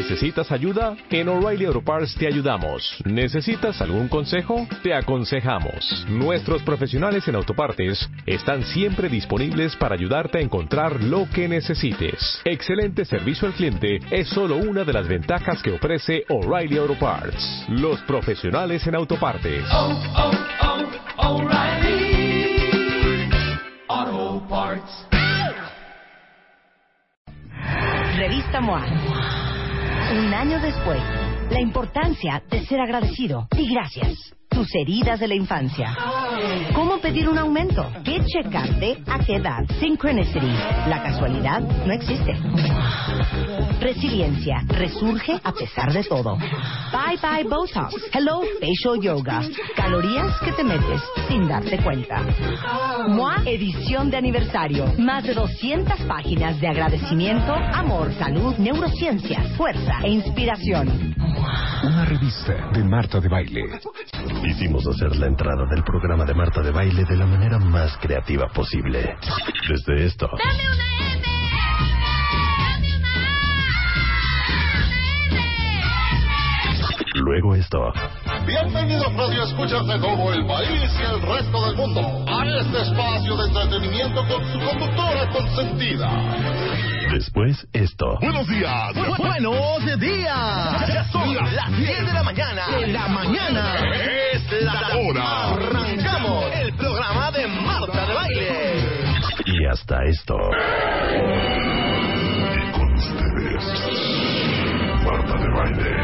¿Necesitas ayuda? En O'Reilly Auto Parts te ayudamos. ¿Necesitas algún consejo? Te aconsejamos. Nuestros profesionales en autopartes están siempre disponibles para ayudarte a encontrar lo que necesites. Excelente servicio al cliente es solo una de las ventajas que ofrece O'Reilly Auto Parts. Los profesionales en autopartes. O'Reilly Auto Parts. Revista MOA. Un año después, la importancia de ser agradecido y gracias. Tus heridas de la infancia. ¿Cómo pedir un aumento? ¿Qué checarte? ¿A qué edad? Synchronicity. La casualidad no existe. Resiliencia. Resurge a pesar de todo. Bye bye Botox. Hello Facial Yoga. Calorías que te metes sin darte cuenta. MOA edición de aniversario. Más de 200 páginas de agradecimiento, amor, salud, neurociencias, fuerza e inspiración. Una revista de Marta de Baile. Quisimos hacer la entrada del programa de Marta de Baile de la manera más creativa posible. Desde esto. ¡Dame una M! Luego esto. Bienvenidos radioescuchas de todo el país y el resto del mundo a este espacio de entretenimiento con su conductora consentida. Después esto. Buenos días. Buenos días. Ya son las 10 de la mañana. Es la hora. Arrancamos el programa de Marta de Baile. Y hasta esto. Y con ustedes, Marta de Baile.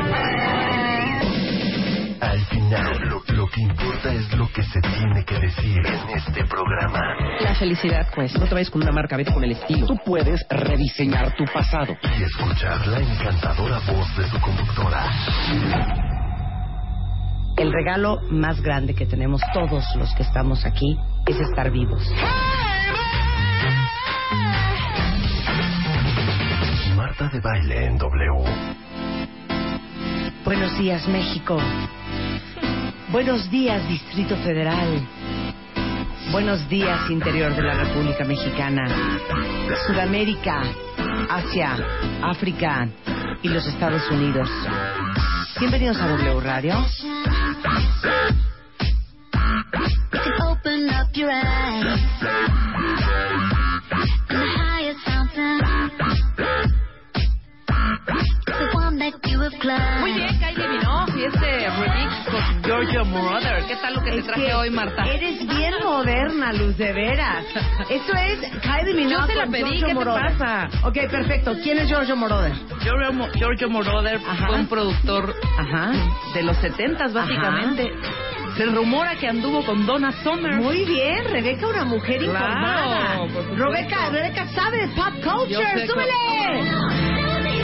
Al final, lo que importa es lo que se tiene que decir en este programa. La felicidad, pues, no te vayas con una marca, vete con el estilo. Tú puedes rediseñar tu pasado. Y escuchar la encantadora voz de su conductora. El regalo más grande que tenemos todos los que estamos aquí es estar vivos. Marta de Baile en W. Buenos días, México. Buenos días, Distrito Federal. Buenos días, interior de la República Mexicana. Sudamérica, Asia, África y los Estados Unidos. Bienvenidos a W Radio. Muy bien, Kylie Minogue y este remix con Giorgio Moroder. ¿Qué tal lo que te traje hoy, Marta? Eres bien moderna, Luz, de veras. Eso es Kylie Minogue. Yo te la con pedí, Giorgio ¿qué Moroder. te pasa? Ok, perfecto. ¿Quién es Giorgio Moroder? Giorgio Moroder fue un productor de los 70s, básicamente. Ajá. Se rumora que anduvo con Donna Summer. Muy bien, Rebeca, una mujer informada. Rebeca sabe de pop culture. ¡Súbele!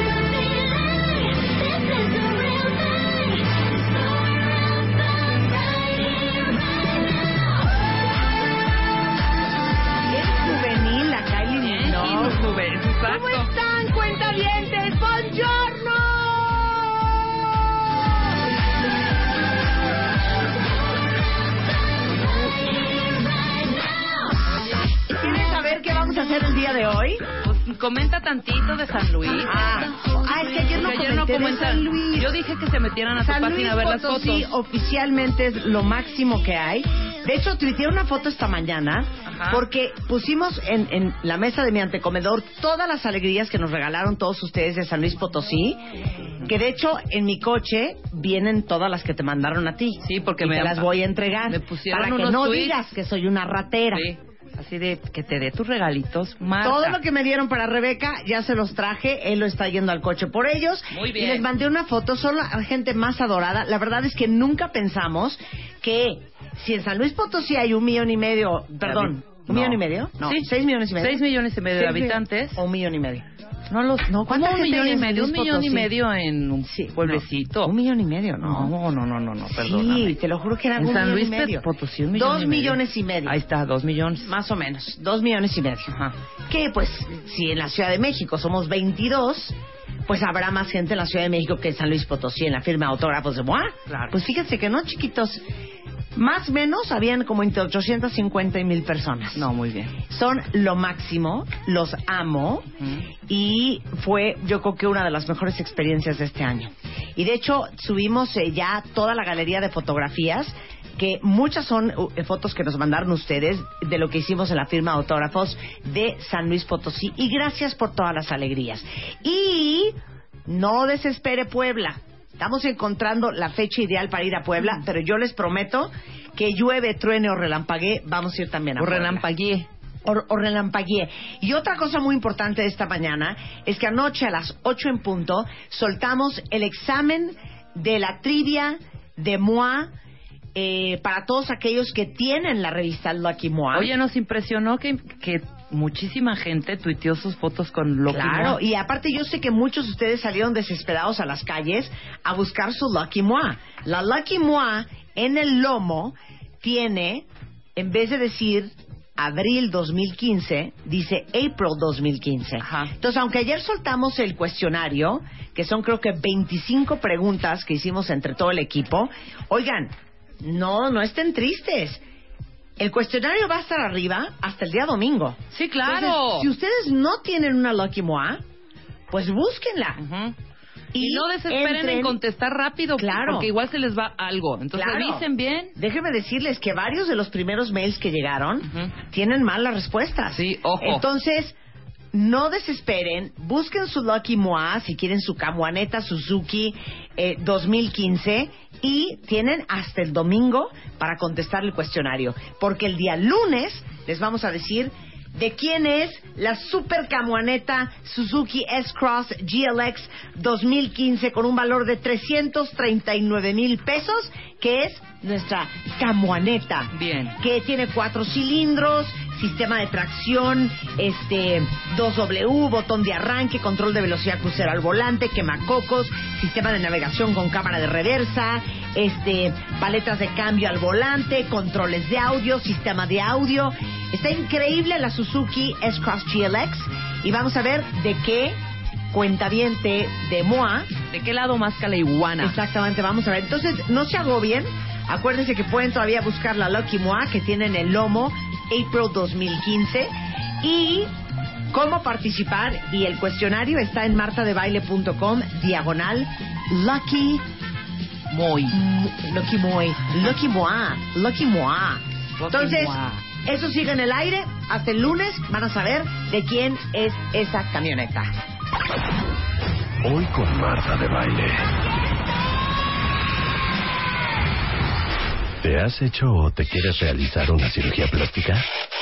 ¿Cómo están, cuentavientes? ¡Buongiorno! ¿Quieres saber qué vamos a hacer el día de hoy? Pues comenta tantito de San Luis. Es que ayer no comenté de San Luis. Yo dije que se metieran a su página a ver las fotos. Sí, oficialmente es lo máximo que hay. De hecho, tuiteé una foto esta mañana porque pusimos en la mesa de mi antecomedor todas las alegrías que nos regalaron todos ustedes de San Luis Potosí, que de hecho en mi coche vienen todas las que te mandaron a ti. Sí, porque te las voy a entregar me pusieron para que unos no tweets. digas que soy una ratera. Sí. Así de que te dé tus regalitos, Marta. Todo lo que me dieron para Rebeca ya se los traje. Él lo está yendo al coche por ellos. Muy bien. Y les mandé una foto. Son la gente más adorada. La verdad es que nunca pensamos que si en San Luis Potosí hay 1,5 millones... Perdón, ¿1,5 millones? No, sí. 6,5 millones. 6,5 millones de habitantes. O 1,5 millones. No, ¿cómo ¿cuánta gente 1,5 hay en millones? San Luis 1,5 Potosí? millones en un pueblecito. No, 1,5 millones, ¿no? No, perdóname. Sí, te lo juro que era en 1,5 San Luis millones. Potosí, 1,5 millones. 2,5 millones. Ahí está, 2 millones. Más o menos, 2,5 millones. Ajá. Que pues, si en la Ciudad de México somos 22, pues habrá más gente en la Ciudad de México que en San Luis Potosí, en la firma de autógrafos de MOA. Claro. Pues fíjense que no, chiquitos. Más o menos habían como entre 850 y 1,000 personas. No, muy bien. Son lo máximo, los amo y fue yo creo que una de las mejores experiencias de este año. Y de hecho subimos ya toda la galería de fotografías, que muchas son fotos que nos mandaron ustedes de lo que hicimos en la firma de autógrafos de San Luis Potosí. Y gracias por todas las alegrías. Y no desespere Puebla. Estamos encontrando la fecha ideal para ir a Puebla, pero yo les prometo que llueve, truene o relampaguee, vamos a ir también a Puebla. O relampaguee. Y otra cosa muy importante de esta mañana es que anoche a las 8 en punto soltamos el examen de la trivia de MOA para todos aquellos que tienen la revista Lucky MOA. Oye, nos impresionó que muchísima gente tuiteó sus fotos con Lucky MOA. Claro, y aparte yo sé que muchos de ustedes salieron desesperados a las calles a buscar su Lucky MOA. La Lucky MOA en el lomo tiene, en vez de decir abril 2015, dice April 2015. Ajá. Entonces, aunque ayer soltamos el cuestionario, que son creo que 25 preguntas que hicimos entre todo el equipo, oigan, no estén tristes. El cuestionario va a estar arriba hasta el día domingo. Sí, claro. Entonces, si ustedes no tienen una Lucky MOA, pues búsquenla. Y no desesperen en contestar rápido, claro, porque igual se les va algo. Entonces revisen bien. Déjenme decirles que varios de los primeros mails que llegaron tienen mal las respuestas. Sí, ojo. Entonces, no desesperen, busquen su Lucky MOA, si quieren su camioneta Suzuki 2015, y tienen hasta el domingo para contestar el cuestionario, porque el día lunes les vamos a decir de quién es la super camioneta Suzuki S-Cross GLX 2015 con un valor de 339,000 pesos, que es nuestra camioneta. Bien. Que tiene 4 cilindros, sistema de tracción, 2W, botón de arranque, control de velocidad crucero al volante, quemacocos, sistema de navegación con cámara de reversa, paletas de cambio al volante, controles de audio, sistema de audio. Está increíble la Suzuki S-Cross GLX y vamos a ver de qué cuentaviente de MOA. ¿De qué lado más calaiguana? Exactamente, vamos a ver. Entonces, no se agobien. Acuérdense que pueden todavía buscar la Lucky MOA que tiene en el lomo April 2015. Y cómo participar. Y el cuestionario está en martadebaile.com/Lucky Moy. Lucky Moy. Lucky MOA. Lucky MOA. Entonces, eso sigue en el aire. Hasta el lunes van a saber de quién es esa camioneta. Hoy con Marta de Baile. ¿Te has hecho o te quieres realizar una cirugía plástica?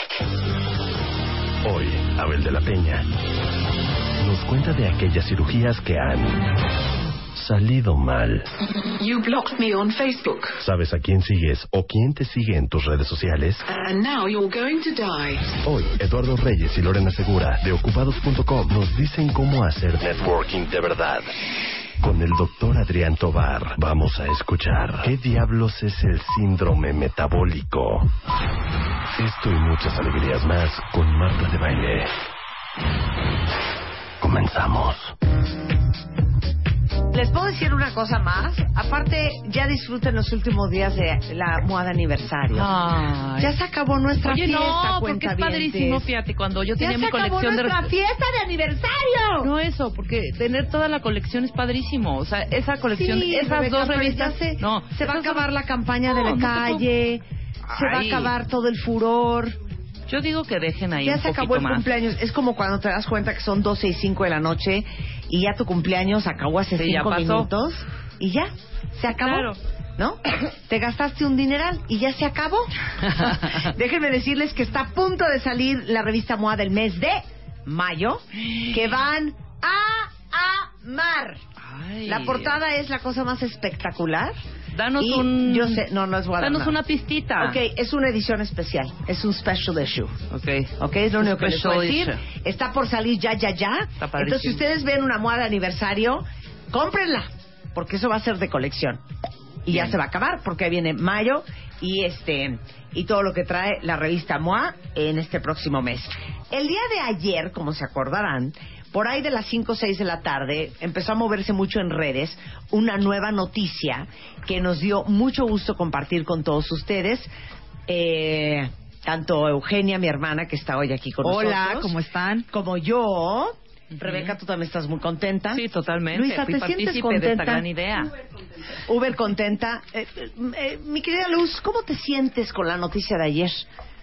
Hoy, Abel de la Peña nos cuenta de aquellas cirugías que han salido mal. You blocked me on Facebook. ¿Sabes a quién sigues o quién te sigue en tus redes sociales? And now you're going to die. Hoy, Eduardo Reyes y Lorena Segura de Ocupados.com nos dicen cómo hacer networking de verdad. Con el doctor Adrián Tobar vamos a escuchar ¿qué diablos es el síndrome metabólico? Esto y muchas alegrías más con Marta de Baile. Comenzamos. Les puedo decir una cosa más. Aparte, ya disfruten los últimos días de la MOA de aniversario. Ay. Ya se acabó nuestra fiesta, no, porque es padrísimo, fíjate, cuando yo tenía mi colección de... ¡Ya se acabó nuestra fiesta de aniversario! No eso, porque tener toda la colección es padrísimo. O sea, esa colección, sí, esas Rebeca, dos revistas... Se va a acabar la campaña de la calle, se va a acabar todo el furor. Yo digo que dejen ahí ya un se poquito acabó el más. Cumpleaños. Es como cuando te das cuenta que son 12 y 5 de la noche y ya tu cumpleaños acabó hace 5 minutos y ya, se acabó. Claro. ¿No? Te gastaste un dineral y ya se acabó. Déjenme decirles que está a punto de salir la revista MOA del mes de mayo, que van a amar. Ay. La portada es la cosa más espectacular. Danos yo sé, no les voy a dar danos nada. una pistita. Ok, es una edición especial. Es un special issue. Ok, es lo único que les voy a Special decir. issue. Está por salir ya. Entonces, si ustedes ven una MOA de aniversario, cómprenla, porque eso va a ser de colección. Y ya se va a acabar, porque ahí viene mayo y todo lo que trae la revista MOA en este próximo mes. El día de ayer, como se acordarán, por ahí de las 5 o 6 de la tarde, empezó a moverse mucho en redes una nueva noticia que nos dio mucho gusto compartir con todos ustedes. Tanto Eugenia, mi hermana, que está hoy aquí con nosotros. Hola, ¿cómo están? Como yo. Rebeca, tú también estás muy contenta. Sí, totalmente. Luisa, ¿te sientes contenta? De esta gran idea. Uber contenta. Mi querida Luz, ¿cómo te sientes con la noticia de ayer?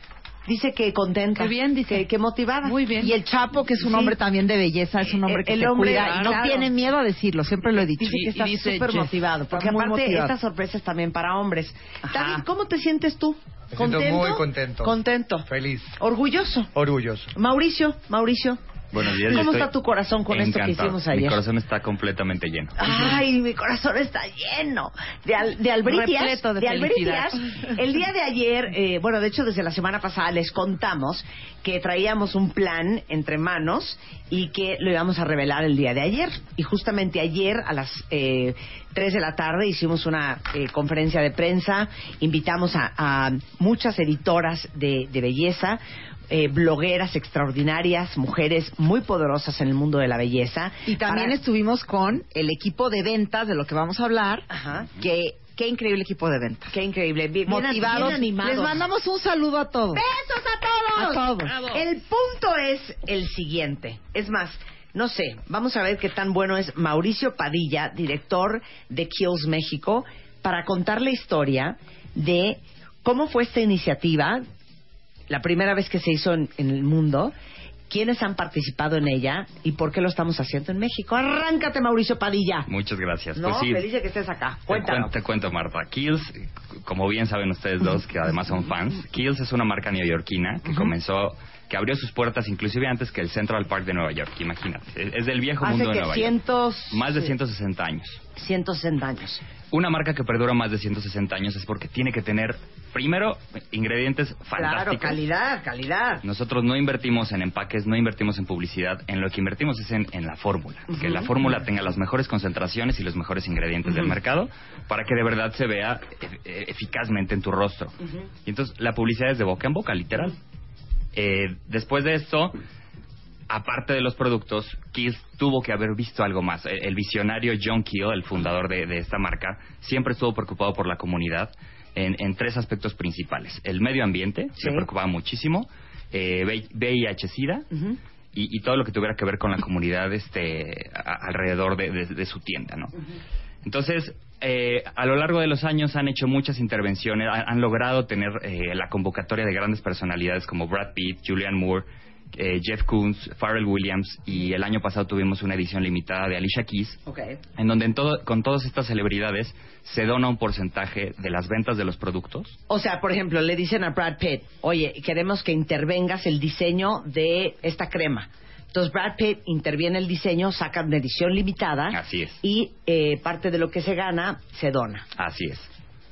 Dice que contenta. Qué bien, dice. Que motivada. Muy bien. Y el Chapo, que es un hombre también de belleza, es un hombre que se cuida y no tiene miedo a decirlo, siempre lo he dicho. Dice que está súper motivado, porque aparte esta sorpresa es también para hombres. David, ¿cómo te sientes tú? Me siento muy contento. Contento. Feliz. Orgulloso. Orgulloso. Mauricio. Buenos días. ¿Cómo está tu corazón con esto que hicimos ayer? Mi corazón está completamente lleno. Ay, mi corazón está lleno de albricias. Repleto de albricias. felicidad. El día de ayer, de hecho desde la semana pasada les contamos que traíamos un plan entre manos y que lo íbamos a revelar el día de ayer. Y justamente ayer a las 3 de la tarde hicimos una conferencia de prensa, invitamos a muchas editoras de belleza, blogueras extraordinarias, mujeres muy poderosas en el mundo de la belleza. Y también estuvimos con el equipo de ventas de lo que vamos a hablar. Ajá. Qué increíble equipo de ventas. Qué increíble. Bien Motivados. bien animados. Les mandamos un saludo a todos. ¡Besos a todos! A todos. Bravo. El punto es el siguiente. Es más, no sé, vamos a ver qué tan bueno es Mauricio Padilla, director de Kiehl's México, para contar la historia de cómo fue esta iniciativa, la primera vez que se hizo en el mundo, quiénes han participado en ella y por qué lo estamos haciendo en México. Arráncate, Mauricio Padilla. Muchas gracias. No, pues sí, feliz de que estés acá. Cuéntanos. Te cuento, Marta. Kiehl's, como bien saben ustedes dos, que además son fans, Kiehl's es una marca neoyorquina que que abrió sus puertas inclusive antes que el Central Park de Nueva York, imagínate. Es del viejo mundo de Nueva York. Más de 160 años. 160 años. Una marca que perdura más de 160 años es porque tiene que tener, primero, ingredientes fantásticos. Claro, calidad. Nosotros no invertimos en empaques, no invertimos en publicidad. En lo que invertimos es en la fórmula. Que la fórmula tenga las mejores concentraciones y los mejores ingredientes del mercado para que de verdad se vea eficazmente en tu rostro. Y entonces, la publicidad es de boca en boca, literal. Después de esto, aparte de los productos, Kiehl's tuvo que haber visto algo más. El visionario John Kiehl, el fundador de esta marca, siempre estuvo preocupado por la comunidad en 3 aspectos principales. El medio ambiente, se preocupaba muchísimo, VIH-Sida y todo lo que tuviera que ver con la comunidad alrededor de su tienda, ¿no? Entonces, a lo largo de los años han hecho muchas intervenciones, han logrado tener la convocatoria de grandes personalidades como Brad Pitt, Julianne Moore, Jeff Koons, Pharrell Williams, y el año pasado tuvimos una edición limitada de Alicia Keys, en donde con todas estas celebridades se dona un porcentaje de las ventas de los productos. O sea, por ejemplo, le dicen a Brad Pitt, oye, queremos que intervengas el diseño de esta crema. Entonces Brad Pitt interviene el diseño, saca una edición limitada. Así es. Y parte de lo que se gana se dona. Así es.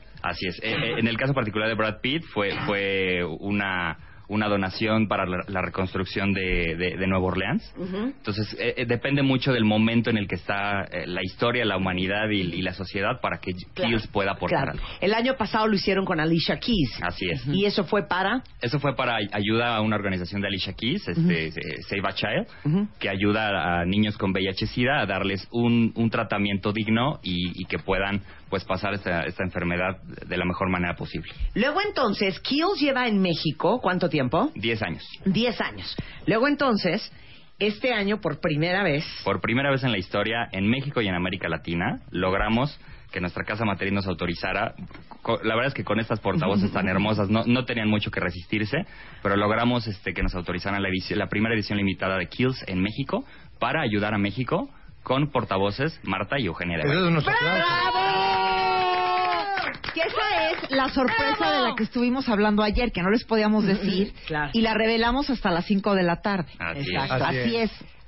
En el caso particular de Brad Pitt fue una donación para la reconstrucción de Nueva Orleans. Entonces, depende mucho del momento en el que está la historia, la humanidad y la sociedad para que Kiehl's pueda aportar algo. El año pasado lo hicieron con Alicia Keys. Así es. ¿Y eso fue para? Eso fue para ayuda a una organización de Alicia Keys, Save a Child, que ayuda a niños con VIH-Sida a darles un tratamiento digno y que puedan pues pasar esta enfermedad de la mejor manera posible. Luego entonces, Kiehl's lleva en México, ¿cuánto tiempo? 10 años. 10 años. Luego entonces, este año por primera vez en la historia, en México y en América Latina, logramos que nuestra casa matriz nos autorizara. La verdad es que con estas portavoces tan hermosas no tenían mucho que resistirse, pero logramos que nos autorizaran la primera edición limitada de Kiehl's en México para ayudar a México con portavoces Marta y Eugenia de Baile. ¡Bravo! Que esa es la sorpresa de la que estuvimos hablando ayer, que no les podíamos decir, y la revelamos hasta las 5 de la tarde. Así Exacto. es. Así es.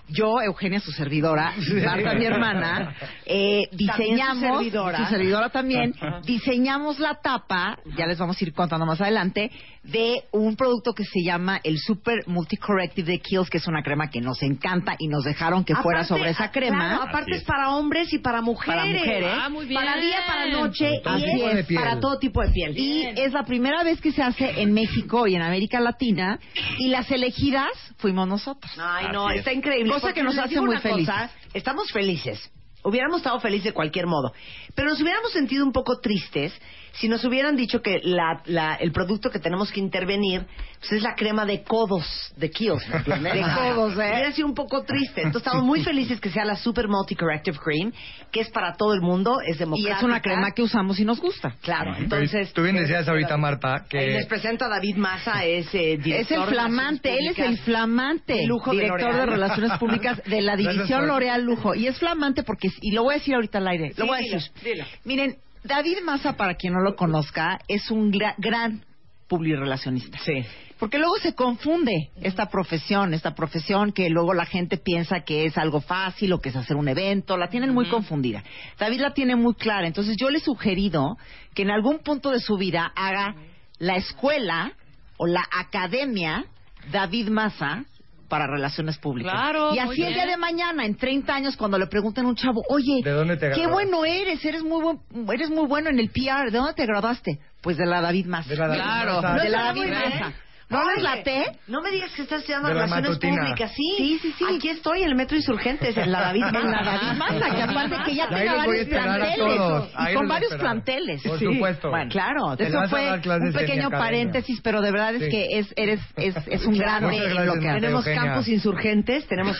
yo, Eugenia, su servidora, Marta, mi hermana, diseñamos, su servidora también, diseñamos la tapa, ya les vamos a ir contando más adelante, de un producto que se llama el Super Multi-Corrective de Kiehl's, que es una crema que nos encanta y nos dejaron que fuera sobre esa crema. Claro, aparte es para hombres y para mujeres. Para mujeres. Muy bien. Para día, para noche, y es para todo tipo de piel. Y es la primera vez que se hace en México y en América Latina, y las elegidas fuimos nosotros. Ay, no, está increíble. Cosa que nos hace muy felices. Estamos felices. Hubiéramos estado felices de cualquier modo. Pero nos hubiéramos sentido un poco tristes si nos hubieran dicho que el producto que tenemos que intervenir pues es la crema de codos de Kiehl's, ¿me entiendes? De codos, Hubiera sido un poco triste. Entonces estamos muy felices que sea la Super Multi-Corrective Cream, que es para todo el mundo, es democrática. Y es una crema que usamos y nos gusta. Claro, entonces... Tú bien decías ahorita, Marta, que... Les presento a David Maza, es director... Es el flamante, él es el flamante Lujo director de Relaciones Públicas de la división L'Oréal Lujo. Y es flamante porque, y lo voy a decir ahorita al aire, lo voy a decir. Dilo. Miren, David Maza, para quien no lo conozca, es un gran publirelacionista. Sí. Porque luego se confunde esta profesión que luego la gente piensa que es algo fácil o que es hacer un evento, la tienen muy confundida. David la tiene muy clara, entonces yo le he sugerido que en algún punto de su vida haga la escuela o la academia David Maza para Relaciones Públicas. Claro, y así el día de mañana, en 30 años, cuando le pregunten a un chavo, oye, ¿de dónde te qué graduaste? bueno eres muy bueno en el PR, ¿de dónde te graduaste? Pues de la David Maza. De la David Maza. De la Muy David bien. Maza. ¿No les late? No me digas que estás estudiando De la Relaciones matutina. Públicas. Sí. Aquí estoy en el Metro Insurgentes, en la David Maza. En la David Maza, que aparte que ya Ahí tenga los voy a varios esperar a planteles. todos. Y Ahí con los varios esperar. planteles. Por supuesto. Bueno, claro, Te eso vas a fue dar clases un en mi pequeño academia. paréntesis, pero de verdad es Sí. que es un grande Muchas en gracias, lo que Marta. hace. Tenemos Eugenia. campus Insurgentes, tenemos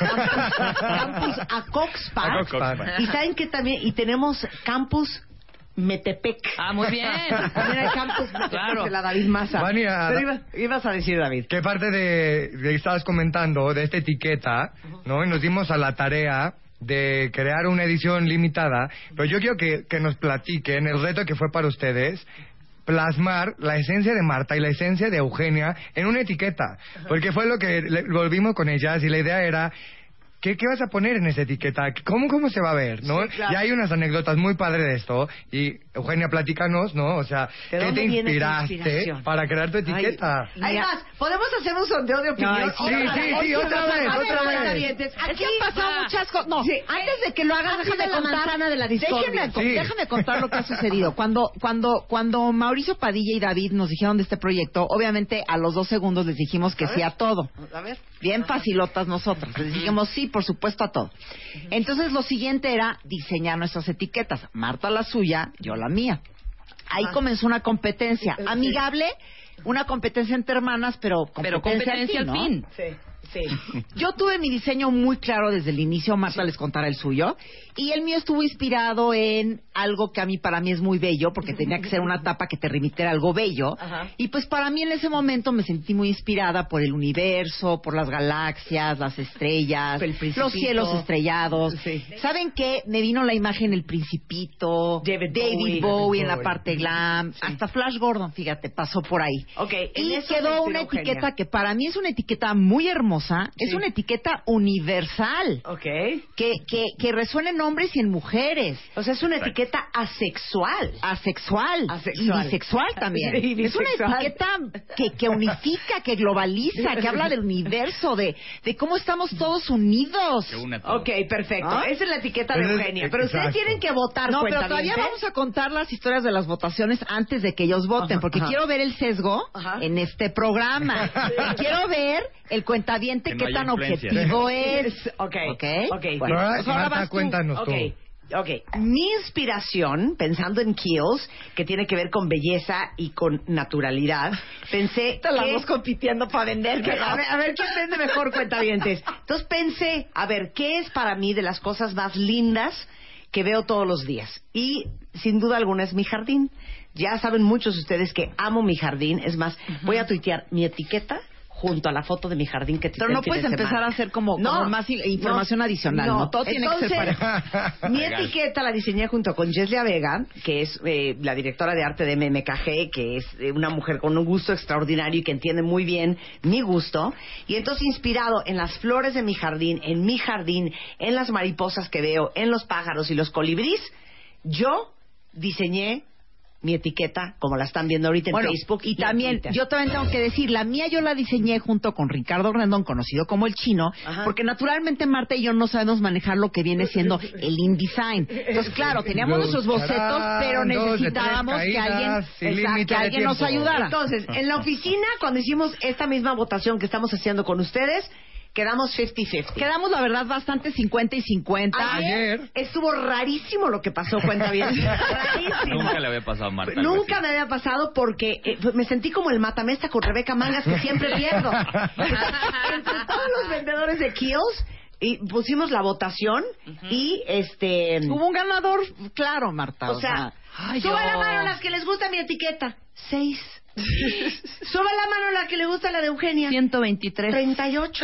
campus Acoxpa. Y saben que también, y tenemos campus Metepec. Muy bien. También hay campus Metepec Claro. de la David Maza. Vani, Pero ibas a decir, David. ¿Qué parte de que estabas comentando de esta etiqueta, no? Y nos dimos a la tarea de crear una edición limitada, pero yo quiero que nos platiquen el reto que fue para ustedes plasmar la esencia de Marta y la esencia de Eugenia en una etiqueta, porque fue lo que volvimos con ellas y la idea era ¿qué vas a poner en esa etiqueta? ¿Cómo se va a ver, no? Sí, claro. Ya hay unas anécdotas muy padres de esto y Eugenia, platícanos, ¿no? O sea, ¿de ¿qué dónde te viene tu inspiraste inspiración? para crear tu etiqueta? Hay más, podemos hacer un sondeo de opinión. Sí, otra vez. Aquí han pasado muchas cosas. No, Sí. antes de que lo hagas, déjame la contar. manzana de la discordia. Déjame contar lo que ha sucedido. Cuando Mauricio Padilla y David nos dijeron de este proyecto, obviamente a los 2 segundos les dijimos que sí a todo. A ver. Bien facilotas nosotras. Les dijimos sí, por supuesto, a todo. Entonces lo siguiente era diseñar nuestras etiquetas. Marta la suya, yo la mía. Ahí comenzó una competencia amigable, una competencia entre hermanas, pero competencia al fin. Sí. Yo tuve mi diseño muy claro desde el inicio, Marta les contará el suyo, y el mío estuvo inspirado en algo que para mí es muy bello, porque tenía que ser una tapa que te remitiera a algo bello, y pues para mí en ese momento me sentí muy inspirada por el universo, por las galaxias, las estrellas, los cielos estrellados. Sí. ¿Saben qué? Me vino la imagen El Principito, David Bowie en la parte glam, hasta Flash Gordon, fíjate, pasó por ahí. Okay, Y en eso quedó me una inspiró etiqueta Eugenia. que para mí es una etiqueta muy hermosa, es una etiqueta universal, que resuena en hombres y en mujeres. O sea, es una etiqueta asexual. Asexual. Y bisexual también. Y bisexual. Es una etiqueta que unifica, que globaliza, que habla del universo, de cómo estamos todos unidos. Ok, perfecto. ¿No? Esa es la etiqueta de Pero es- Eugenia. Pero ustedes exacto. tienen que votar, No, pero todavía cuentavientes. vamos a contar las historias de las votaciones antes de que ellos voten, porque quiero ver el sesgo en este programa. Y quiero ver el cuentaviente Que no qué haya tan influencia. objetivo es. Ok. Bueno, Ahora, pues ahora Marta, vas tú. cuéntanos tú. Ok. Mi inspiración, pensando en Kiehl's, que tiene que ver con belleza y con naturalidad, pensé Te la que... vamos compitiendo para vender. A ver quién vende mejor, cuentavientes. Entonces pensé, a ver, ¿qué es para mí de las cosas más lindas que veo todos los días? Y sin duda alguna es mi jardín. Ya saben muchos de ustedes que amo mi jardín. Es más, voy a tuitear mi etiqueta junto a la foto de mi jardín que te Pero no puedes empezar a hacer como más información adicional, ¿no? Todo tiene que ser parejo. Mi etiqueta la diseñé junto con Jeslia Vega, que es la directora de arte de MMKG, que es una mujer con un gusto extraordinario y que entiende muy bien mi gusto. Y entonces, inspirado en las flores de mi jardín, en las mariposas que veo, en los pájaros y los colibríes, yo diseñé mi etiqueta, como la están viendo ahorita en Facebook. Y también, yo también tengo que decir, la mía yo la diseñé junto con Ricardo Rendón, conocido como El Chino, porque naturalmente Marta y yo no sabemos manejar lo que viene siendo el InDesign. Entonces, claro, teníamos nuestros bocetos, pero necesitábamos que alguien nos ayudara. Entonces, en la oficina, cuando hicimos esta misma votación que estamos haciendo con ustedes, quedamos 50-50. Quedamos, la verdad, bastante 50 y 50. Ayer estuvo rarísimo lo que pasó, cuenta bien. Rarísimo. Nunca le había pasado a Marta. Nunca me había pasado porque me sentí como el matamesta con Rebeca Mangas, que siempre pierdo. Entre todos los vendedores de Kiehl's, y pusimos la votación y hubo un ganador, claro, Marta. O sea, suba la mano a las que les gusta mi etiqueta. 6. Suba la mano a la que le gusta la de Eugenia. 123. 38.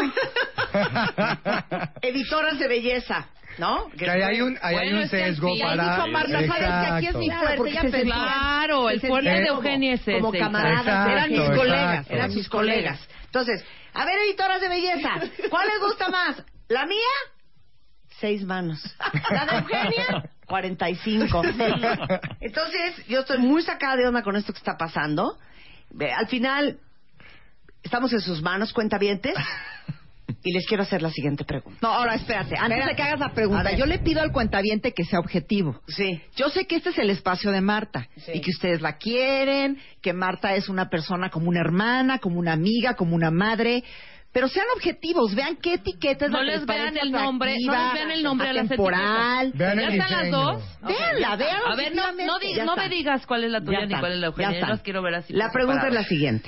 Editoras de belleza, ¿no? Que hay un sesgo para... Dijo Marta, sabes que aquí es mi fuerte. Claro, el fuerte de Eugenia es ese. Como camaradas, eran mis colegas. Eran mis colegas. Entonces, a ver, editoras de belleza, ¿cuál les gusta más? ¿La mía? 6 manos. ¿La de Eugenia? 45. Entonces, yo estoy muy sacada de onda con esto que está pasando. Al final, estamos en sus manos, cuentavientes. Y les quiero hacer la siguiente pregunta. No, ahora espérate. Antes de que hagas la pregunta, yo le pido al cuentaviente que sea objetivo. Sí. Yo sé que este es el espacio de Marta. Sí. Y que ustedes la quieren, que Marta es una persona como una hermana, como una amiga, como una madre. Pero sean objetivos, vean qué etiqueta es la que les vean el nombre, no les vean el nombre a las temporal. Vean ¿ya están las dos? Véanla. A ver, no me digas cuál es la tuya ni cuál es la Eugenia. Yo las quiero ver así. La pregunta es la siguiente.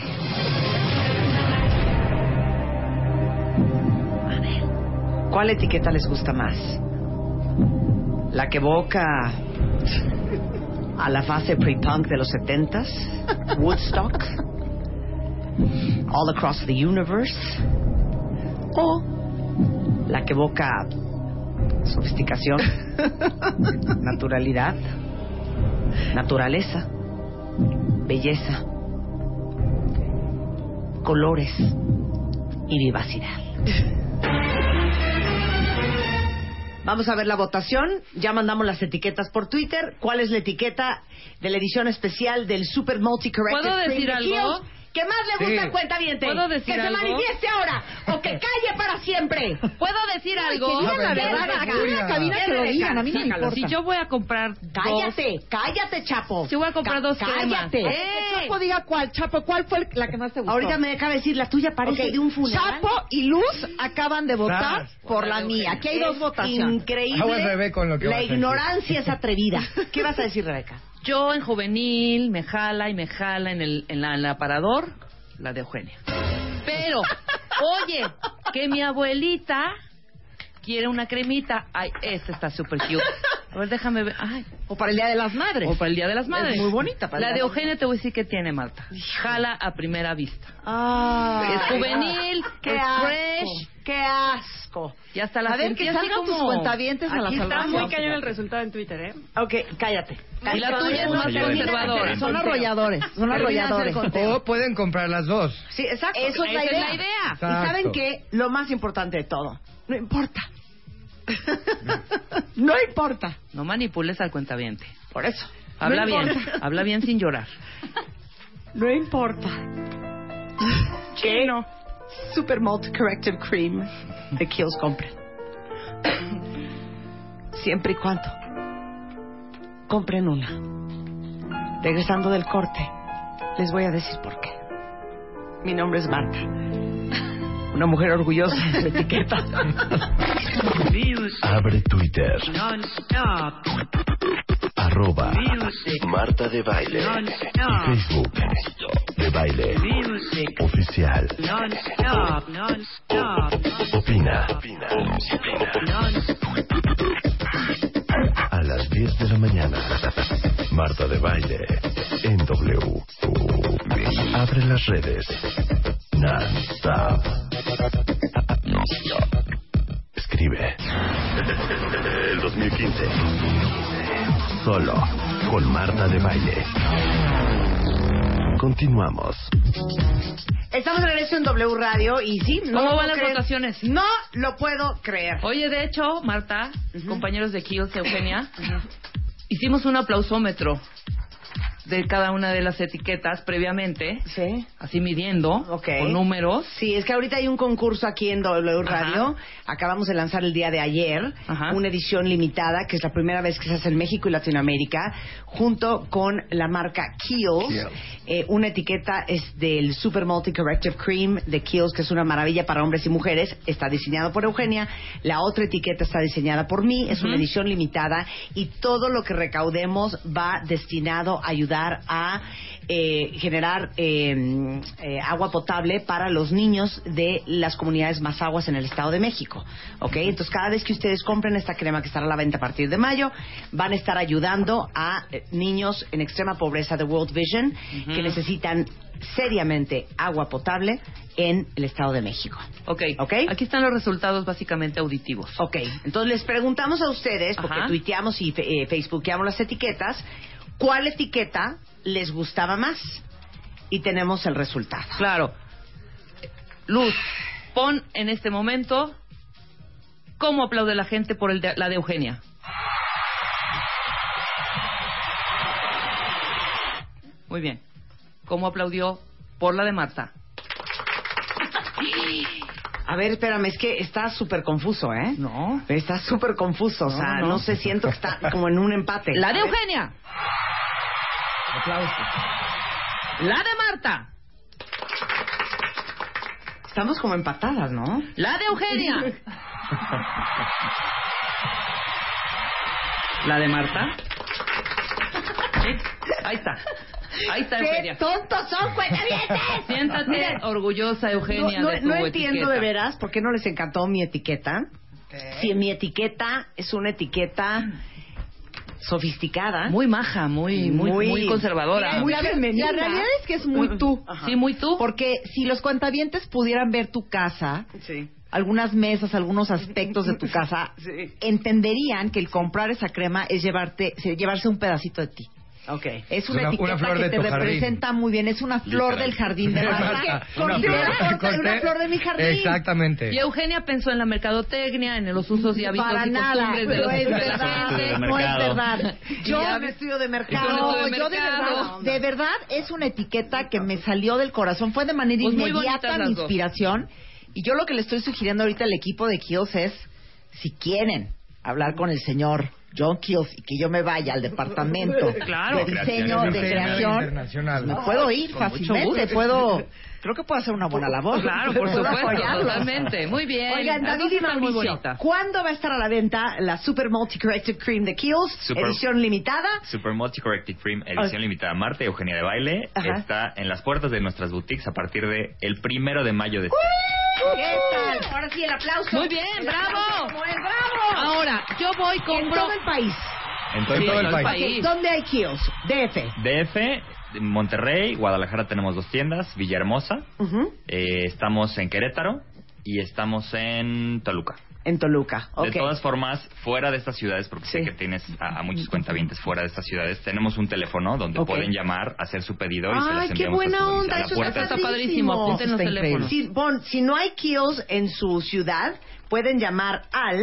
A ver, ¿cuál etiqueta les gusta más? ¿La que evoca a la fase pre-punk de los 70s? ¿Woodstock? All Across the Universe, o la que evoca sofisticación, naturalidad, naturaleza, belleza, colores y vivacidad. Vamos a ver la votación. Ya mandamos las etiquetas por Twitter. ¿Cuál es la etiqueta de la edición especial del Super Multi Corrected? ¿Puedo decir algo? ¿Qué más le gusta al cuentaviente? ¿Puedo decir que algo? se manifieste ahora o que calle para siempre. ¿Puedo decir algo? Que digan la verdad, aquí en la cabina que lo digan, a mí no me importa. Si yo voy a comprar Cállate, Chapo. Si voy a comprar dos cremas. Cállate. Chapo, diga cuál. Chapo, ¿cuál fue la que más te gustó? Ahorita me acaba de decir, la tuya parece de un funeral. Chapo y Luz acaban de votar por la mía. Aquí hay dos votaciones. Increíble. Con lo que la ignorancia es atrevida. ¿Qué vas a decir, Rebeca? Yo en juvenil me jala en el aparador la de Eugenia. Pero, oye, que mi abuelita quiere una cremita. Ay, esta está súper cute. A ver, déjame ver. Ay. O para el Día de las Madres. O para el Día de las Madres. Es muy bonita. La de Eugenia te voy a decir que tiene, Marta. Jala a primera vista. Es juvenil, qué es asco, fresh. ¡Qué asco! Y hasta la gente que salgan tus cuentavientes a la salvación. Está muy cañón el resultado en Twitter, ¿eh? Ok, cállate. Y la tuya es más conservadora. Son arrolladores. O pueden comprar las dos. Sí, exacto. Eso es la idea. Y ¿saben qué? Lo más importante de todo. No importa. No importa. No manipules al cuentaviente. Por eso. Habla bien. Habla bien sin llorar. No importa. ¿Qué? No. Super Malt Corrective Cream de Kiehl's compren. Siempre y cuando compren una. Regresando del corte, les voy a decir por qué. Mi nombre es Marta. Una mujer orgullosa de su etiqueta. Abre Twitter. @ Marta de Baile. Y Facebook. De Baile. Oficial. Opina. A las 10 de la mañana. Marta de Baile. En W. Abre las redes. Non-stop. Escribe. El 2015. Solo con Marta de Baile. Continuamos. Estamos de regreso en W Radio y sí, no ¿Cómo lo van puedo las creer. votaciones? No lo puedo creer. Oye, de hecho, Marta, compañeros de Kills, Eugenia, hicimos un aplausómetro de cada una de las etiquetas previamente, así midiendo, con números. Sí, es que ahorita hay un concurso aquí en W Radio. Acabamos de lanzar el día de ayer una edición limitada, que es la primera vez que se hace en México y Latinoamérica, junto con la marca Kiehl's. Una etiqueta es del Super Multi Corrective Cream de Kiehl's, que es una maravilla para hombres y mujeres. Está diseñado por Eugenia. La otra etiqueta está diseñada por mí. Es una edición limitada y todo lo que recaudemos va destinado a ayudar a generar agua potable para los niños de las comunidades más aguas en el Estado de México. ¿Ok? Entonces, cada vez que ustedes compren esta crema que estará a la venta a partir de mayo, van a estar ayudando a niños en extrema pobreza de World Vision que necesitan seriamente agua potable en el Estado de México. Ok. Aquí están los resultados básicamente auditivos. Ok. Entonces, les preguntamos a ustedes, porque tuiteamos y facebookeamos las etiquetas, ¿cuál etiqueta les gustaba más? Y tenemos el resultado. Claro. Luz, pon en este momento cómo aplaude la gente por la de Eugenia. Muy bien. ¿Cómo aplaudió por la de Marta? A ver, espérame, es que está súper confuso, ¿eh? No. Está súper confuso, o sea, no sé, siento que está como en un empate. La de Eugenia. Aplausos. La de Marta. Estamos como empatadas, ¿no? La de Eugenia. La de Marta. ¿Sí? Ahí está. Ahí está, Eugenia. ¡Qué tontos son, cuentavientes! Siéntate Miren, orgullosa, Eugenia, de tu no entiendo etiqueta. de veras por qué no les encantó mi etiqueta. Si mi etiqueta es una etiqueta sofisticada, muy maja, muy conservadora. La realidad es que es muy tú. Sí, muy tú. Porque si los cuentavientes pudieran ver tu casa, algunas mesas, algunos aspectos de tu casa, entenderían que el comprar esa crema es llevarse un pedacito de ti. Okay. Es una etiqueta flor que de te tu representa muy bien. Es una flor del jardín de Marta. Una flor de mi jardín. Exactamente. Y Eugenia pensó en la mercadotecnia, en los usos y hábitos Para y nada, costumbres de no los es verdad, no es verdad. Yo me estudio de mercado. No, yo de verdad es una etiqueta que me salió del corazón. Fue de manera Pues muy inmediata bonitas mi las dos. inspiración. Y yo lo que le estoy sugiriendo ahorita al equipo de Kiehl's es, si quieren hablar con el señor John Kiehl's y que yo me vaya al departamento Claro. de diseño, de creación, internacional. me puedo ir Con mucho fácilmente, creo que puedo hacer una buena labor. Claro, por Puedo supuesto, apoyarlos. totalmente. Muy bien. Oigan, Las David dos y están muy Mauricio, bonitas. ¿cuándo va a estar a la venta la Super Multi Corrective Cream de Kiehl's? Edición limitada. Super Multi Corrective Cream, edición limitada. Marta y Eugenia de Baile está en las puertas de nuestras boutiques a partir de el 1 de mayo de este año. ¿Qué tal? Ahora sí, el aplauso. Muy bien, El bravo. aplauso, Samuel, bravo. Ahora, yo voy con En todo el país. En todo el país. Ok, ¿dónde hay Kiehl's? DF. DF, Monterrey, Guadalajara tenemos 2 tiendas, Villahermosa, estamos en Querétaro y estamos en Toluca. En Toluca, ok. De todas formas, fuera de estas ciudades, porque sé que tienes a muchos cuentavientes fuera de estas ciudades, tenemos un teléfono donde pueden llamar, hacer su pedido y se las Ay, qué enviamos buena a onda, la eso puerta. está padrísimo. Apunten los teléfonos. Si no hay Kiehl's en su ciudad, pueden llamar al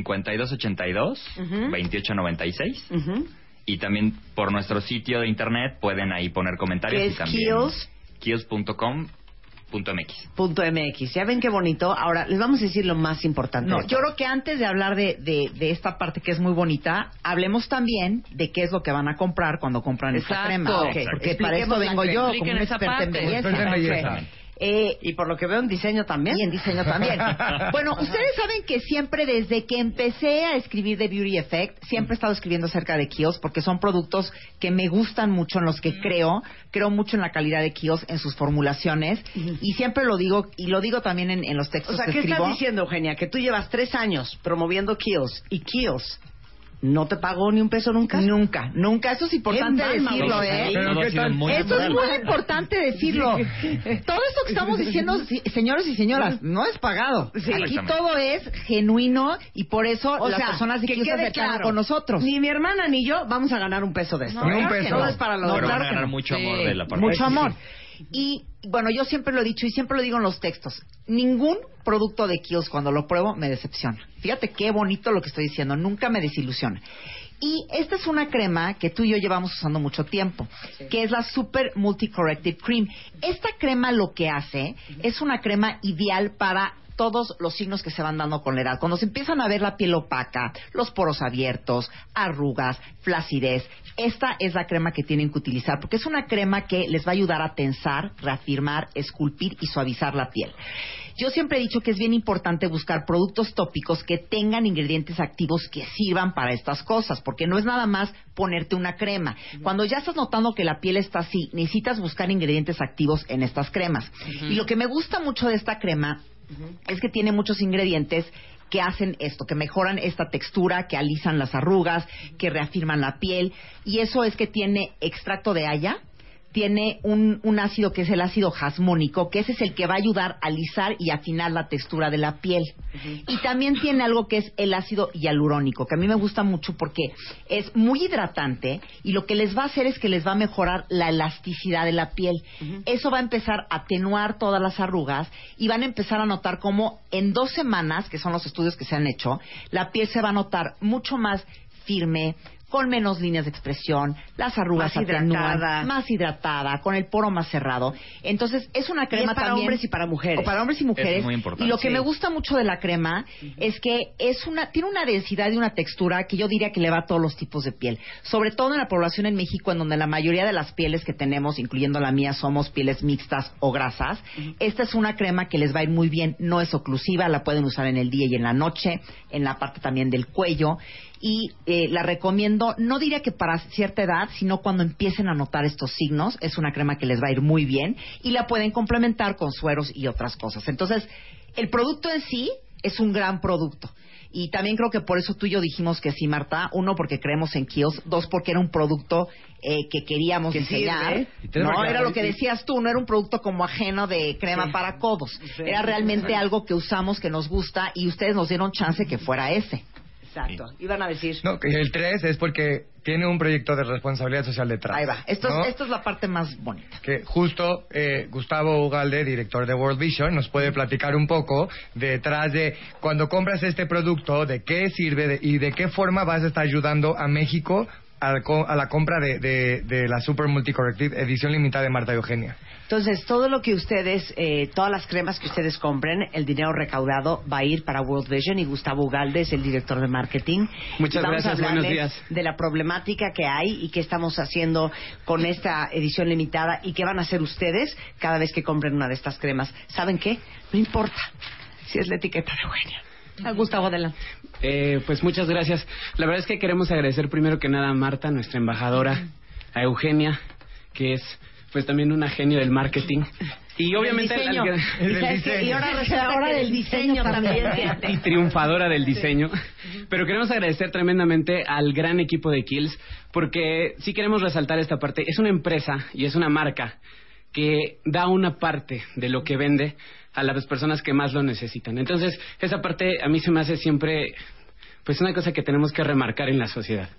5282-2896 y también por nuestro sitio de internet pueden ahí poner comentarios. ¿Qué y es también Kiehl's? Kiehl's.com.mx. .mx. Ya ven qué bonito. Ahora, les vamos a decir lo más importante. No, yo creo que antes de hablar de esta parte que es muy bonita, hablemos también de qué es lo que van a comprar cuando compran esta Exacto. crema. Okay. Porque para eso vengo yo como Expliquen una esa experta en parte. belleza. Y por lo que veo en diseño también. Y en diseño también. Bueno, ustedes saben que siempre desde que empecé a escribir The Beauty Effect, siempre he estado escribiendo acerca de Kiehl's porque son productos que me gustan mucho, en los que creo mucho en la calidad de Kiehl's, en sus formulaciones, y siempre lo digo, y lo digo también en los textos O sea, que ¿qué escribo. estás diciendo, Eugenia? Que tú llevas 3 años promoviendo Kiehl's y Kiehl's ¿No te pagó ni un peso nunca? Nunca, nunca. Eso es importante Qué mal, decirlo, Mauricio. Pero ¿qué tal? Esto es muy importante decirlo. Todo esto que estamos diciendo, señores y señoras, no es pagado. Sí. Aquí todo es genuino y por eso las personas de que Kill se quede acercaron claro, con nosotros. Ni mi hermana ni yo vamos a ganar un peso de esto. Ni un Claro que peso. no es para los Pero van claro a que ganar no. mucho amor de la parte. Mucho amor. Y bueno, yo siempre lo he dicho y siempre lo digo en los textos. Ningún producto de Kiehl's cuando lo pruebo me decepciona. Fíjate qué bonito lo que estoy diciendo. Nunca me desilusiona. Y esta es una crema que tú y yo llevamos usando mucho tiempo, que es la Super Multi Corrective Cream. Esta crema lo que hace es una crema ideal para todos los signos que se van dando con la edad. Cuando se empiezan a ver la piel opaca, los poros abiertos, arrugas, flacidez, esta es la crema que tienen que utilizar, porque es una crema que les va a ayudar a tensar, reafirmar, esculpir y suavizar la piel. Yo siempre he dicho que es bien importante buscar productos tópicos que tengan ingredientes activos que sirvan para estas cosas, porque no es nada más ponerte una crema. Cuando ya estás notando que la piel está así, necesitas buscar ingredientes activos en estas cremas. Y lo que me gusta mucho de esta crema es que tiene muchos ingredientes que hacen esto, que mejoran esta textura, que alisan las arrugas, que reafirman la piel. Y eso es que tiene extracto de haya, tiene un ácido que es el ácido jasmónico, que ese es el que va a ayudar a alisar y afinar la textura de la piel. Y también tiene algo que es el ácido hialurónico, que a mí me gusta mucho porque es muy hidratante y lo que les va a hacer es que les va a mejorar la elasticidad de la piel. Eso va a empezar a atenuar todas las arrugas y van a empezar a notar cómo en 2 semanas, que son los estudios que se han hecho, la piel se va a notar mucho más firme, con menos líneas de expresión, las arrugas Más hidratada. más hidratada, con el poro más cerrado. Entonces, es una crema es para también, hombres y para mujeres. o para hombres y mujeres. Es muy importante. Y lo que Sí. me gusta mucho de la crema es que tiene una densidad y una textura que yo diría que le va a todos los tipos de piel. Sobre todo en la población en México, en donde la mayoría de las pieles que tenemos, incluyendo la mía, somos pieles mixtas o grasas. Esta es una crema que les va a ir muy bien. No es oclusiva, la pueden usar en el día y en la noche, en la parte también del cuello. Y la recomiendo, no diría que para cierta edad, sino cuando empiecen a notar estos signos. Es una crema que les va a ir muy bien y la pueden complementar con sueros y otras cosas. Entonces, el producto en sí es un gran producto. Y también creo que por eso tú y yo dijimos que sí, Marta. 1, porque creemos en Kiehl's. 2, porque era un producto que queríamos Que diseñar. sirve. No, era lo que decías tú, no era un producto como ajeno de crema para codos. Sí. Era realmente algo que usamos, que nos gusta, y ustedes nos dieron chance que fuera ese. Exacto. Iban a decir. No, que el 3 es porque tiene un proyecto de responsabilidad social detrás. Ahí va. Esto ¿no? es la parte más bonita. Que justo Gustavo Ugalde, director de World Vision, nos puede platicar un poco detrás de cuando compras este producto, de qué sirve y de qué forma vas a estar ayudando a México a la compra de la Super Multi Corrective edición limitada de Marta y Eugenia. Entonces, todo lo que ustedes, todas las cremas que ustedes compren, el dinero recaudado va a ir para World Vision, y Gustavo Ugalde es el director de marketing. Muchas Y vamos gracias, a hablarles buenos días. de la problemática que hay y qué estamos haciendo con esta edición limitada y qué van a hacer ustedes cada vez que compren una de estas cremas. ¿Saben qué? No importa si es la etiqueta de Eugenia. Gustavo, adelante. Pues muchas gracias. La verdad es que queremos agradecer primero que nada a Marta, nuestra embajadora, a Eugenia, que es pues también una genio del marketing. Y obviamente El diseño. Y ahora del diseño también. y triunfadora del diseño. Pero queremos agradecer tremendamente al gran equipo de Kiehl's, porque sí queremos resaltar esta parte. Es una empresa y es una marca que da una parte de lo que vende a las personas que más lo necesitan. Entonces, esa parte a mí se me hace siempre pues una cosa que tenemos que remarcar en la sociedad.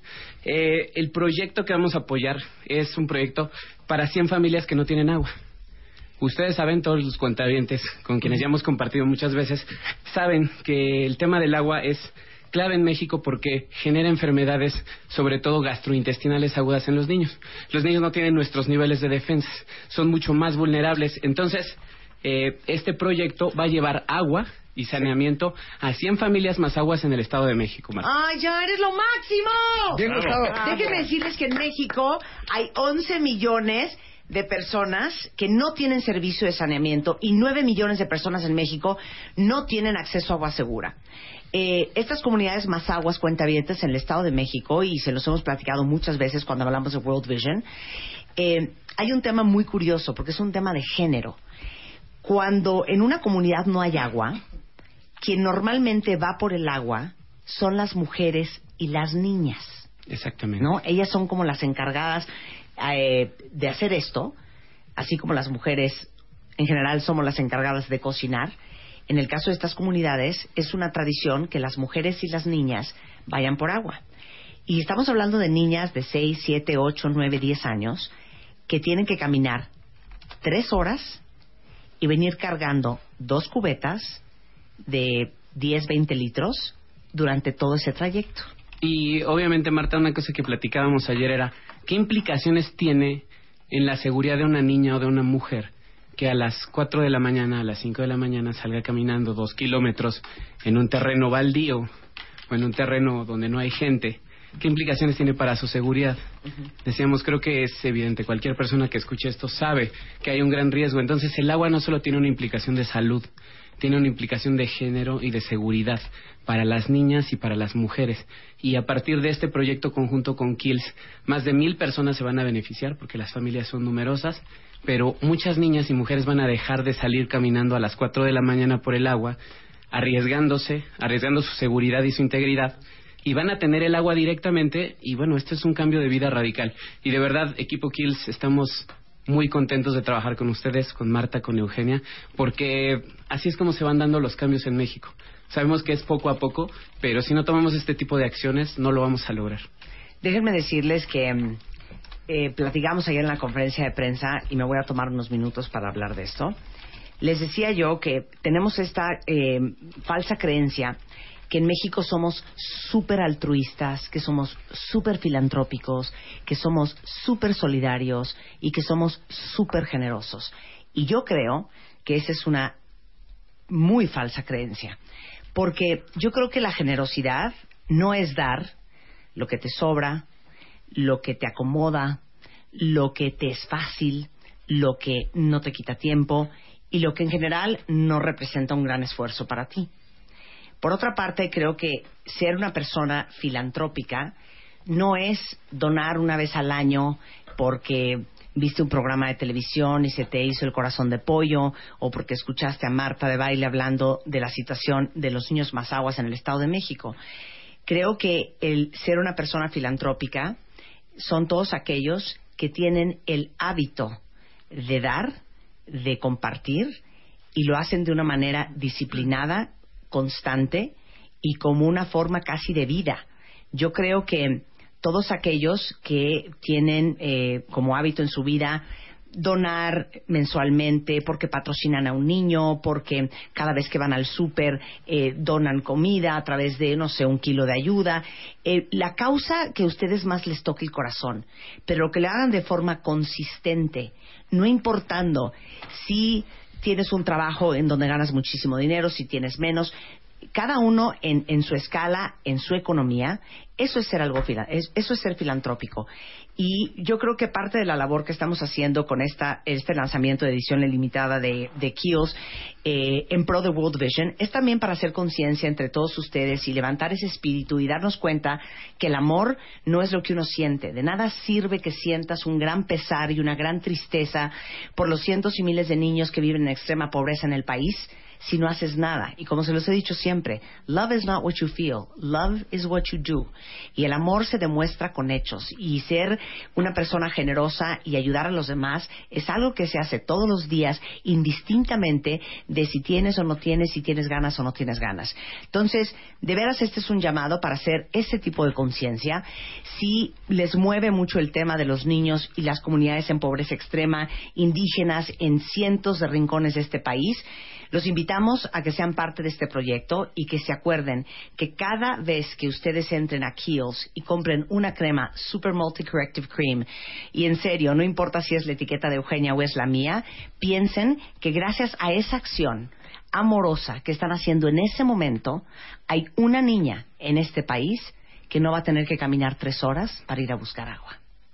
El proyecto que vamos a apoyar es un proyecto para 100 familias que no tienen agua. Ustedes saben, todos los cuentavientes con quienes ya hemos compartido muchas veces, saben que el tema del agua es clave en México porque genera enfermedades, sobre todo gastrointestinales agudas en los niños. Los niños no tienen nuestros niveles de defensa, son mucho más vulnerables. Entonces, este proyecto va a llevar agua y saneamiento a 100 familias más aguas en el Estado de México, Marta. ¡Ay, ya eres lo máximo! Bien, Gustavo. Déjenme decirles que en México hay 11 millones de personas que no tienen servicio de saneamiento y 9 millones de personas en México no tienen acceso a agua segura. Estas comunidades más aguas cuentavientes en el Estado de México, y se los hemos platicado muchas veces cuando hablamos de World Vision, hay un tema muy curioso porque es un tema de género. Cuando en una comunidad no hay agua, quien normalmente va por el agua son las mujeres y las niñas. Exactamente. ¿No? Ellas son como las encargadas de hacer esto, así como las mujeres en general somos las encargadas de cocinar. En el caso de estas comunidades es una tradición que las mujeres y las niñas vayan por agua. Y estamos hablando de niñas de 6, 7, 8, 9, 10 años que tienen que caminar 3 horas y venir cargando 2 cubetas de 10, 20 litros durante todo ese trayecto. Y obviamente, Marta, una cosa que platicábamos ayer era, ¿qué implicaciones tiene en la seguridad de una niña o de una mujer que a las 4 de la mañana, a las 5 de la mañana salga caminando 2 kilómetros en un terreno baldío o en un terreno donde no hay gente? ¿Qué implicaciones tiene para su seguridad? Decíamos, creo que es evidente, cualquier persona que escuche esto sabe que hay un gran riesgo. Entonces el agua no solo tiene una implicación de salud, tiene una implicación de género y de seguridad para las niñas y para las mujeres. Y a partir de este proyecto conjunto con Kills, más de 1,000 personas se van a beneficiar porque las familias son numerosas, pero muchas niñas y mujeres van a dejar de salir caminando a las 4 de la mañana por el agua, arriesgando su seguridad y su integridad, y van a tener el agua directamente. Y bueno, este es un cambio de vida radical. Y de verdad, equipo Kills, estamos muy contentos de trabajar con ustedes, con Marta, con Eugenia, porque así es como se van dando los cambios en México. Sabemos que es poco a poco, pero si no tomamos este tipo de acciones, no lo vamos a lograr. Déjenme decirles que platicamos ayer en la conferencia de prensa, y me voy a tomar unos minutos para hablar de esto. Les decía yo que tenemos esta falsa creencia que en México somos súper altruistas, que somos súper filantrópicos, que somos súper solidarios y que somos súper generosos. Y yo creo que esa es una muy falsa creencia, porque yo creo que la generosidad no es dar lo que te sobra, lo que te acomoda, lo que te es fácil, lo que no te quita tiempo y lo que en general no representa un gran esfuerzo para ti. Por otra parte, creo que ser una persona filantrópica no es donar una vez al año porque viste un programa de televisión y se te hizo el corazón de pollo, o porque escuchaste a Marta de Baile hablando de la situación de los niños Mazahuas en el Estado de México. Creo que el ser una persona filantrópica son todos aquellos que tienen el hábito de dar, de compartir, y lo hacen de una manera disciplinada, constante y como una forma casi de vida. Yo creo que todos aquellos que tienen como hábito en su vida donar mensualmente porque patrocinan a un niño, porque cada vez que van al súper donan comida a través de, no sé, 1 kilo de ayuda, la causa que a ustedes más les toque el corazón, pero lo que le hagan de forma consistente, no importando si tienes un trabajo en donde ganas muchísimo dinero, si tienes menos, cada uno en su escala, en su economía, eso es ser eso es ser filantrópico. Y yo creo que parte de la labor que estamos haciendo con este lanzamiento de edición limitada de Kills en pro de World Vision es también para hacer conciencia entre todos ustedes y levantar ese espíritu y darnos cuenta que el amor no es lo que uno siente. De nada sirve que sientas un gran pesar y una gran tristeza por los cientos y miles de niños que viven en extrema pobreza en el país si no haces nada. Y como se los he dicho siempre, love is not what you feel, love is what you do. Y el amor se demuestra con hechos. Y ser una persona generosa y ayudar a los demás es algo que se hace todos los días, indistintamente de si tienes o no tienes, si tienes ganas o no tienes ganas. Entonces, de veras este es un llamado para hacer ese tipo de conciencia. Si les mueve mucho el tema de los niños y las comunidades en pobreza extrema, indígenas en cientos de rincones de este país, los invitamos a que sean parte de este proyecto y que se acuerden que cada vez que ustedes entren a Kills y compren una crema Super Multi Corrective Cream, y en serio, no importa si es la etiqueta de Eugenia o es la mía, piensen que gracias a esa acción amorosa que están haciendo en ese momento, hay una niña en este país que no va a tener que caminar 3 horas para ir a buscar agua.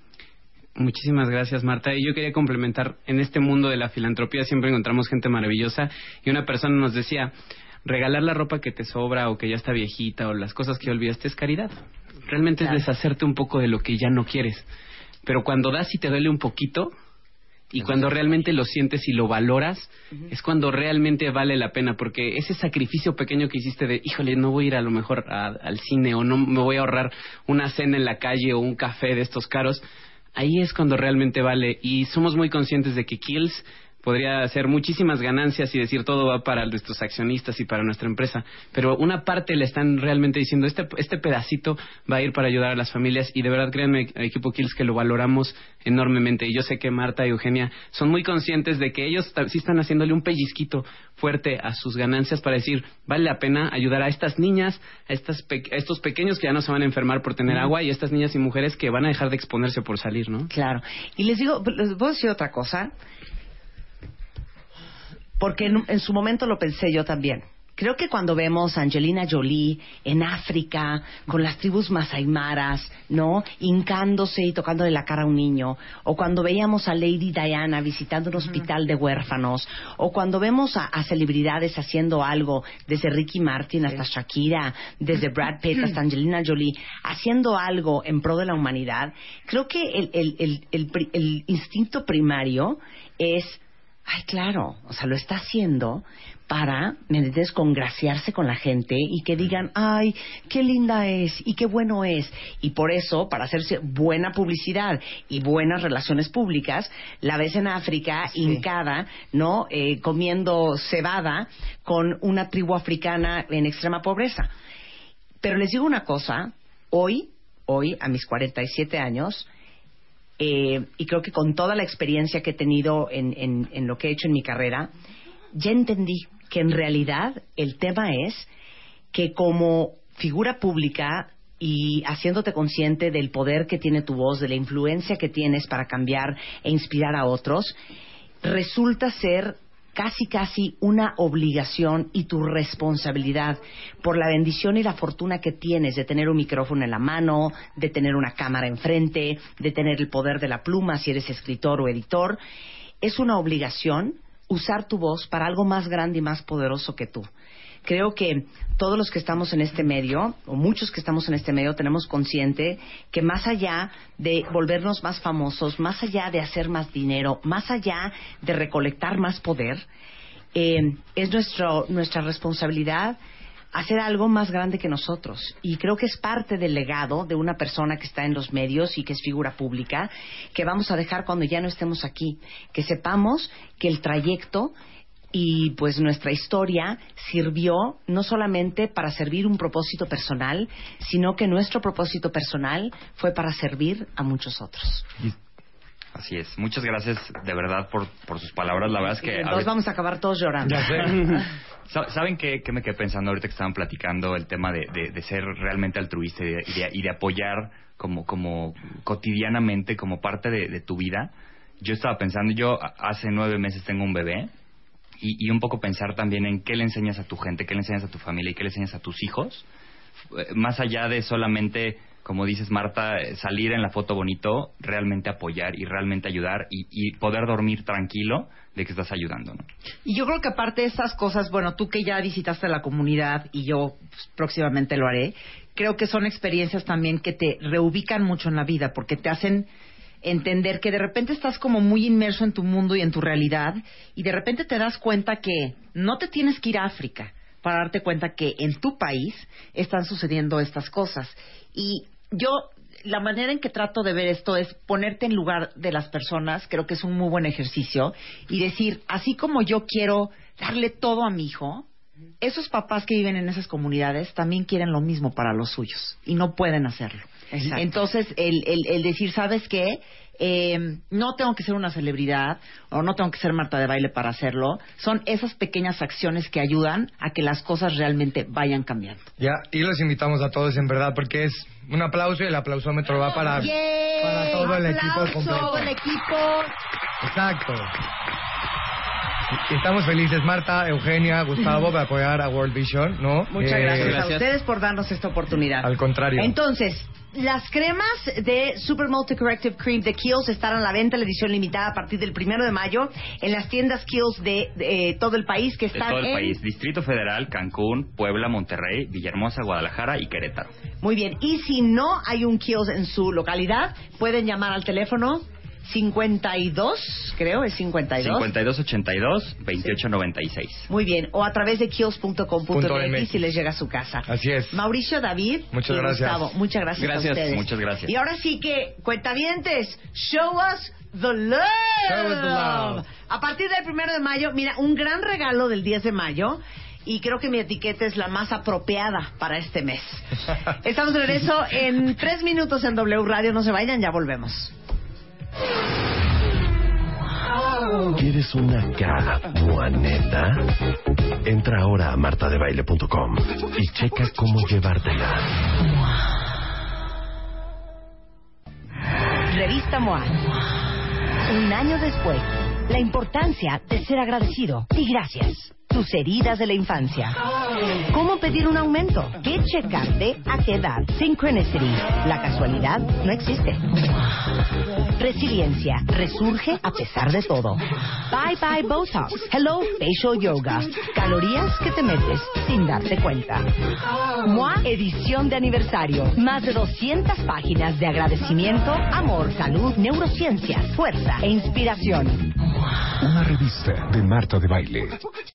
Muchísimas gracias, Marta. Y yo quería complementar, en este mundo de la filantropía siempre encontramos gente maravillosa, y una persona nos decía, regalar la ropa que te sobra o que ya está viejita o las cosas que olvidaste es caridad. Realmente claro, es deshacerte un poco de lo que ya no quieres. Pero cuando das y te duele un poquito, Y cuando realmente lo sientes y lo valoras, es cuando realmente vale la pena, porque ese sacrificio pequeño que hiciste de, híjole, no voy a ir a lo mejor al cine, o no me voy a ahorrar una cena en la calle o un café de estos caros, ahí es cuando realmente vale. Y somos muy conscientes de que Kiehl's podría hacer muchísimas ganancias y decir todo va para nuestros accionistas y para nuestra empresa, pero una parte le están realmente diciendo este pedacito va a ir para ayudar a las familias, y de verdad créanme, equipo Kiehl's, que lo valoramos enormemente. Y yo sé que Marta y Eugenia son muy conscientes de que ellos sí están haciéndole un pellizquito fuerte a sus ganancias para decir, vale la pena ayudar a estas niñas, a estos pequeños que ya no se van a enfermar por tener agua, y a estas niñas y mujeres que van a dejar de exponerse por salir, ¿no? Claro. Y les voy a decir otra cosa, porque en su momento lo pensé yo también. Creo que cuando vemos a Angelina Jolie en África, con las tribus masaimaras, ¿no? Hincándose y tocándole la cara a un niño, o cuando veíamos a Lady Diana visitando un hospital de huérfanos, o cuando vemos a celebridades haciendo algo, desde Ricky Martin hasta Shakira, desde Brad Pitt hasta Angelina Jolie, haciendo algo en pro de la humanidad, creo que el instinto primario es, ay, claro, o sea, lo está haciendo para, ¿me entiendes?, congraciarse con la gente y que digan, ay, qué linda es y qué bueno es. Y por eso, para hacerse buena publicidad y buenas relaciones públicas, la ves en África, hincada, ¿no?, comiendo cebada con una tribu africana en extrema pobreza. Pero les digo una cosa, hoy, a mis 47 años, y creo que con toda la experiencia que he tenido en lo que he hecho en mi carrera, ya entendí que en realidad el tema es que como figura pública y haciéndote consciente del poder que tiene tu voz, de la influencia que tienes para cambiar e inspirar a otros, resulta ser casi una obligación y tu responsabilidad por la bendición y la fortuna que tienes de tener un micrófono en la mano, de tener una cámara enfrente, de tener el poder de la pluma si eres escritor o editor. Es una obligación usar tu voz para algo más grande y más poderoso que tú. Creo que todos los que estamos en este medio, o muchos que estamos en este medio, tenemos consciente que más allá de volvernos más famosos, más allá de hacer más dinero, más allá de recolectar más poder, es nuestra responsabilidad hacer algo más grande que nosotros. Y creo que es parte del legado de una persona que está en los medios y que es figura pública, que vamos a dejar cuando ya no estemos aquí. Que sepamos que el trayecto y pues nuestra historia sirvió no solamente para servir un propósito personal, sino que nuestro propósito personal fue para servir a muchos otros. Así es. Muchas gracias de verdad por sus palabras. La verdad es que... Nos vamos a acabar todos llorando. Ya sé. ¿Saben qué me quedé pensando ahorita que estaban platicando el tema de ser realmente altruista y de apoyar como cotidianamente, como parte de tu vida? Yo estaba pensando, yo hace 9 meses tengo un bebé y un poco pensar también en qué le enseñas a tu gente, qué le enseñas a tu familia y qué le enseñas a tus hijos. Más allá de solamente, como dices, Marta, salir en la foto bonito, realmente apoyar y realmente ayudar y poder dormir tranquilo de que estás ayudando, ¿no? Y yo creo que aparte de estas cosas, bueno, tú que ya visitaste la comunidad y yo pues, próximamente lo haré, creo que son experiencias también que te reubican mucho en la vida porque te hacen entender que de repente estás como muy inmerso en tu mundo y en tu realidad y de repente te das cuenta que no te tienes que ir a África para darte cuenta que en tu país están sucediendo estas cosas. Y yo, la manera en que trato de ver esto es ponerte en lugar de las personas, creo que es un muy buen ejercicio, y decir, así como yo quiero darle todo a mi hijo, esos papás que viven en esas comunidades también quieren lo mismo para los suyos, y no pueden hacerlo. Exacto. Entonces, el decir, ¿sabes qué? No tengo que ser una celebridad o no tengo que ser Marta de Baile para hacerlo. Son esas pequeñas acciones que ayudan a que las cosas realmente vayan cambiando. Ya, y los invitamos a todos en verdad porque es un aplauso y el aplausómetro va para todo el equipo completo. Todo el equipo. Exacto. Estamos felices, Marta, Eugenia, Gustavo, de apoyar a World Vision, ¿no? Muchas gracias a ustedes por darnos esta oportunidad. Al contrario. Entonces, las cremas de Super Multi Corrective Cream de Kiehl's estarán a la venta en la edición limitada a partir del 1 de mayo en las tiendas Kiehl's de todo el país que están de todo el país. Distrito Federal, Cancún, Puebla, Monterrey, Villahermosa, Guadalajara y Querétaro. Muy bien. Y si no hay un Kiehl's en su localidad, pueden llamar al teléfono 52, creo, es 52. 5282-2896. Muy bien, o a través de kios.com.mx si les llega a su casa. Así es. Mauricio, David muchas y gracias. Gustavo, muchas gracias a ustedes. Muchas gracias. Y ahora sí que, cuentavientes, show us the love. Show us the love. A partir del 1 de mayo, mira, un gran regalo del 10 de mayo. Y creo que mi etiqueta es la más apropiada para este mes. Estamos de regreso en 3 minutos en W Radio. No se vayan, ya volvemos. ¿Quieres una cara neta? Entra ahora a martadebaile.com y checa cómo llevártela. Revista MOA. Un año después, la importancia de ser agradecido y gracias. Tus heridas de la infancia. ¿Cómo pedir un aumento? ¿Qué checarte? ¿A qué edad? Synchronicity. La casualidad no existe. Resiliencia. Resurge a pesar de todo. Bye bye Botox. Hello Facial Yoga. Calorías que te metes sin darte cuenta. MOA edición de aniversario. Más de 200 páginas de agradecimiento, amor, salud, neurociencias, fuerza e inspiración. Una revista de Marta de Baile.